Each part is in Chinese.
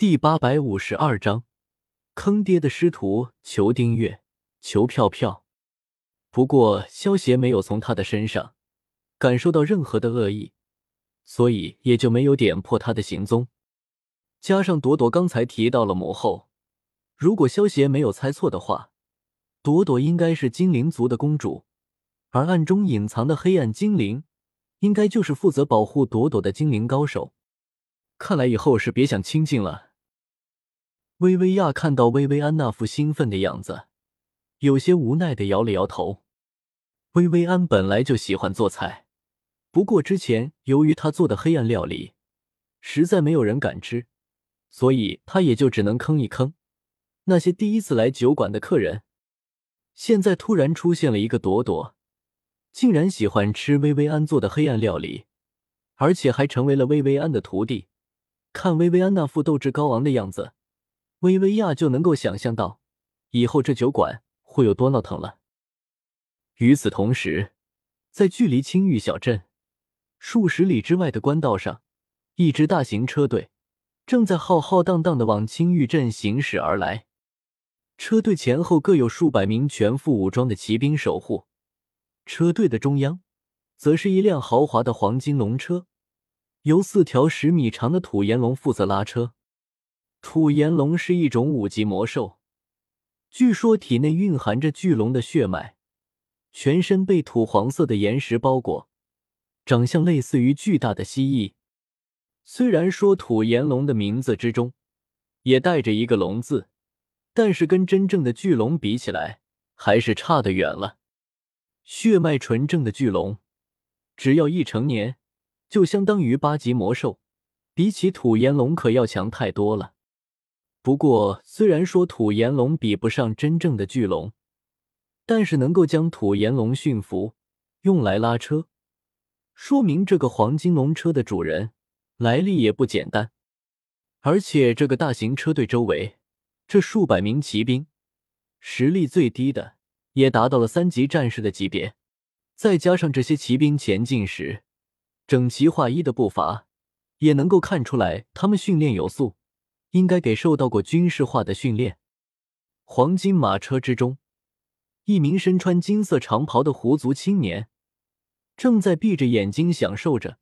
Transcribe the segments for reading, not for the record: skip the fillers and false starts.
第852章，坑爹的师徒，求订阅，求票票。不过萧协没有从他的身上感受到任何的恶意，所以也就没有点破他的行踪。加上朵朵刚才提到了母后，如果萧协没有猜错的话，朵朵应该是精灵族的公主，而暗中隐藏的黑暗精灵应该就是负责保护朵朵的精灵高手。看来以后是别想亲近了。薇薇娅看到薇薇安那副兴奋的样子，有些无奈地摇了摇头。薇薇安本来就喜欢做菜，不过之前由于她做的黑暗料理实在没有人敢吃，所以她也就只能坑一坑那些第一次来酒馆的客人。现在突然出现了一个朵朵，竟然喜欢吃薇薇安做的黑暗料理，而且还成为了薇薇安的徒弟。看薇薇安那副斗志高昂的样子，薇薇娅就能够想象到以后这酒馆会有多闹腾了。与此同时，在距离青玉小镇数十里之外的官道上，一支大型车队正在浩浩荡荡地往青玉镇行驶而来。车队前后各有数百名全副武装的骑兵守护，车队的中央则是一辆豪华的黄金龙车，由4条10米长的土炎龙负责拉车。土炎龙是一种5级魔兽，据说体内蕴含着巨龙的血脉，全身被土黄色的岩石包裹，长相类似于巨大的蜥蜴。虽然说土炎龙的名字之中也带着一个龙字，但是跟真正的巨龙比起来还是差得远了。血脉纯正的巨龙只要一成年就相当于8级魔兽，比起土炎龙可要强太多了。不过虽然说土炎龙比不上真正的巨龙，但是能够将土炎龙驯服用来拉车，说明这个黄金龙车的主人来历也不简单。而且这个大型车队周围这数百名骑兵，实力最低的也达到了3级战士的级别，再加上这些骑兵前进时整齐划一的步伐，也能够看出来他们训练有素，应该给受到过军事化的训练。黄金马车之中，一名身穿金色长袍的狐族青年正在闭着眼睛享受着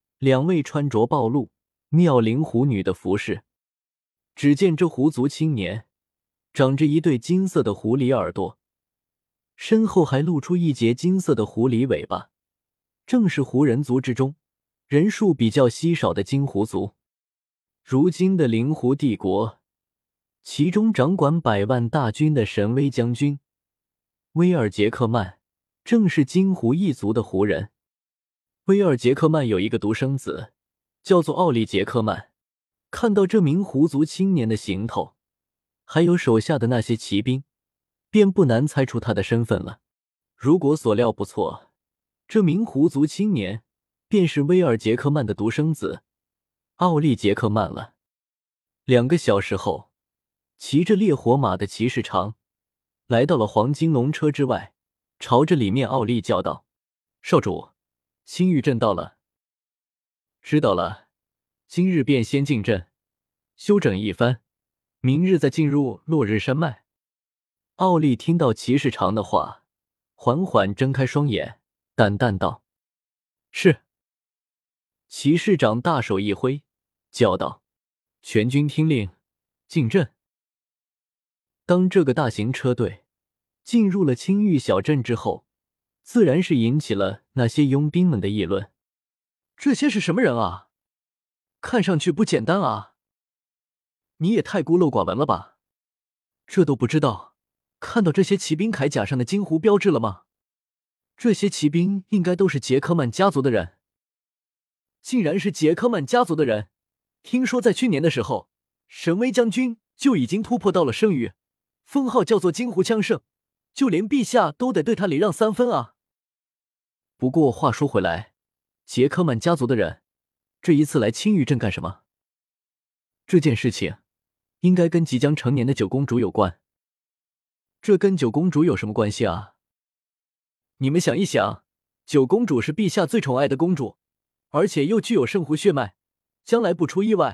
2位穿着暴露妙龄狐女的服饰。只见这狐族青年长着一对金色的狐狸耳朵，身后还露出一截金色的狐狸尾巴，正是狐人族之中人数比较稀少的金狐族。如今的灵狐帝国，其中掌管100万大军的神威将军威尔杰克曼正是金狐一族的狐人。威尔杰克曼有一个独生子叫做奥利杰克曼，看到这名狐族青年的行头还有手下的那些骑兵，便不难猜出他的身份了。如果所料不错，这名狐族青年便是威尔杰克曼的独生子奥利杰克曼了。2个小时后，骑着烈火马的骑士长来到了黄金龙车之外，朝着里面奥利叫道：少主，青玉镇到了。知道了，今日便先进镇休整一番，明日再进入落日山脉。奥利听到骑士长的话，缓缓睁开双眼，淡淡道：是。骑士长大手一挥，叫道：全军听令，进镇。当这个大型车队进入了青玉小镇之后，自然是引起了那些佣兵们的议论。这些是什么人啊？看上去不简单啊！你也太孤陋寡闻了吧？这都不知道看到这些骑兵铠甲上的金狐标志了吗？这些骑兵应该都是杰克曼家族的人。竟然是杰克曼家族的人！听说在去年的时候，神威将军就已经突破到了圣域，封号叫做金狐枪圣，就连陛下都得对他礼让3分啊。不过话说回来，杰克曼家族的人这一次来青玉镇干什么？这件事情应该跟即将成年的九公主有关。这跟九公主有什么关系啊？你们想一想，九公主是陛下最宠爱的公主，而且又具有圣狐血脉，将来不出意外，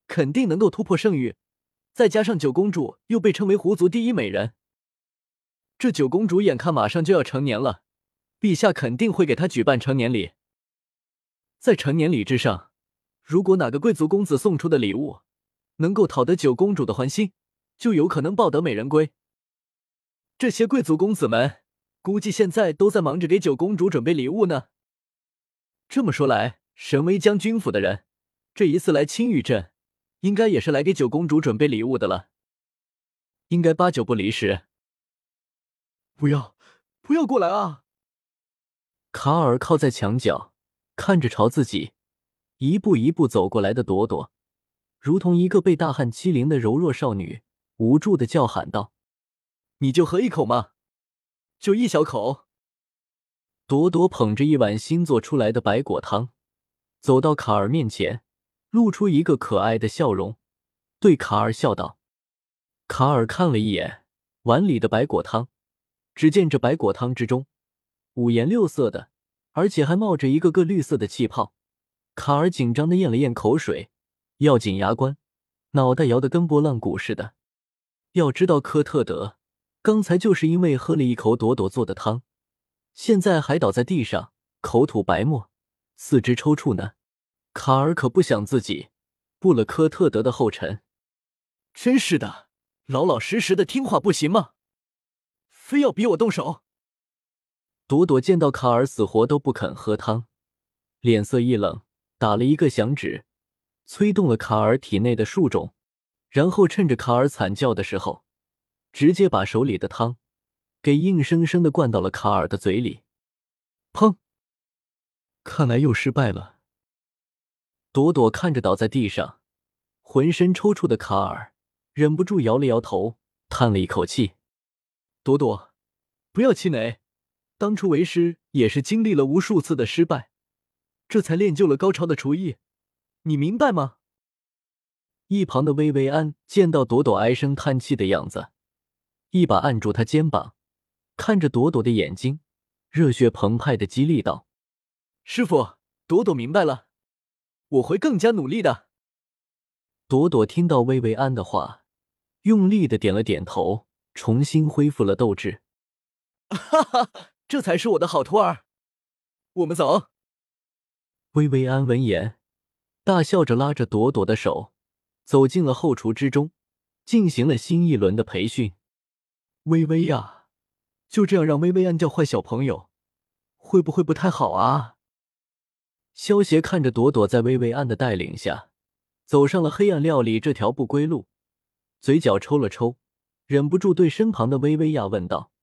肯定能够突破圣域。再加上九公主又被称为狐族第一美人，这九公主眼看马上就要成年了，陛下肯定会给她举办成年礼。在成年礼之上，如果哪个贵族公子送出的礼物能够讨得九公主的欢心，就有可能抱得美人归。这些贵族公子们估计现在都在忙着给九公主准备礼物呢。这么说来，神威将军府的人这一次来青玉镇，应该也是来给九公主准备礼物的了，应该8、9不离十。不要过来啊！卡尔靠在墙角，看着朝自己一步一步走过来的朵朵，如同一个被大汗欺凌的柔弱少女，无助地叫喊道：“你就喝一口嘛，就一小口。”朵朵捧着一碗新做出来的白果汤，走到卡尔面前，露出一个可爱的笑容，对卡尔笑道。卡尔看了一眼碗里的白果汤，只见这白果汤之中五颜六色的，而且还冒着一个个绿色的气泡。卡尔紧张地咽了咽口水，咬紧牙关，脑袋摇得跟拨浪鼓似的。要知道科特德刚才就是因为喝了一口朵朵做的汤，现在还倒在地上，口吐白沫，四肢抽搐呢。卡尔可不想自己步了科特德的后尘。真是的，老老实实的听话不行吗？非要逼我动手。朵朵见到卡尔死活都不肯喝汤，脸色一冷，打了一个响指，催动了卡尔体内的树种，然后趁着卡尔惨叫的时候，直接把手里的汤给硬生生地灌到了卡尔的嘴里。砰！看来又失败了。朵朵看着倒在地上浑身抽搐的卡尔，忍不住摇了摇头，叹了一口气。朵朵，不要气馁，当初为师也是经历了无数次的失败，这才练就了高超的厨艺，你明白吗？一旁的薇薇安见到朵朵唉声叹气的样子，一把按住她肩膀，看着朵朵的眼睛，热血澎湃的激励道：“师傅，朵朵明白了，我会更加努力的。”朵朵听到薇薇安的话，用力的点了点头，重新恢复了斗志。哈哈，这才是我的好徒儿，我们走。薇薇安闻言，大笑着拉着朵朵的手，走进了后厨之中，进行了新一轮的培训。薇薇呀，就这样让薇薇安教坏小朋友，会不会不太好啊？萧协看着朵朵在薇薇安的带领下走上了黑暗料理这条不归路，嘴角抽了抽，忍不住对身旁的薇薇亚问道：“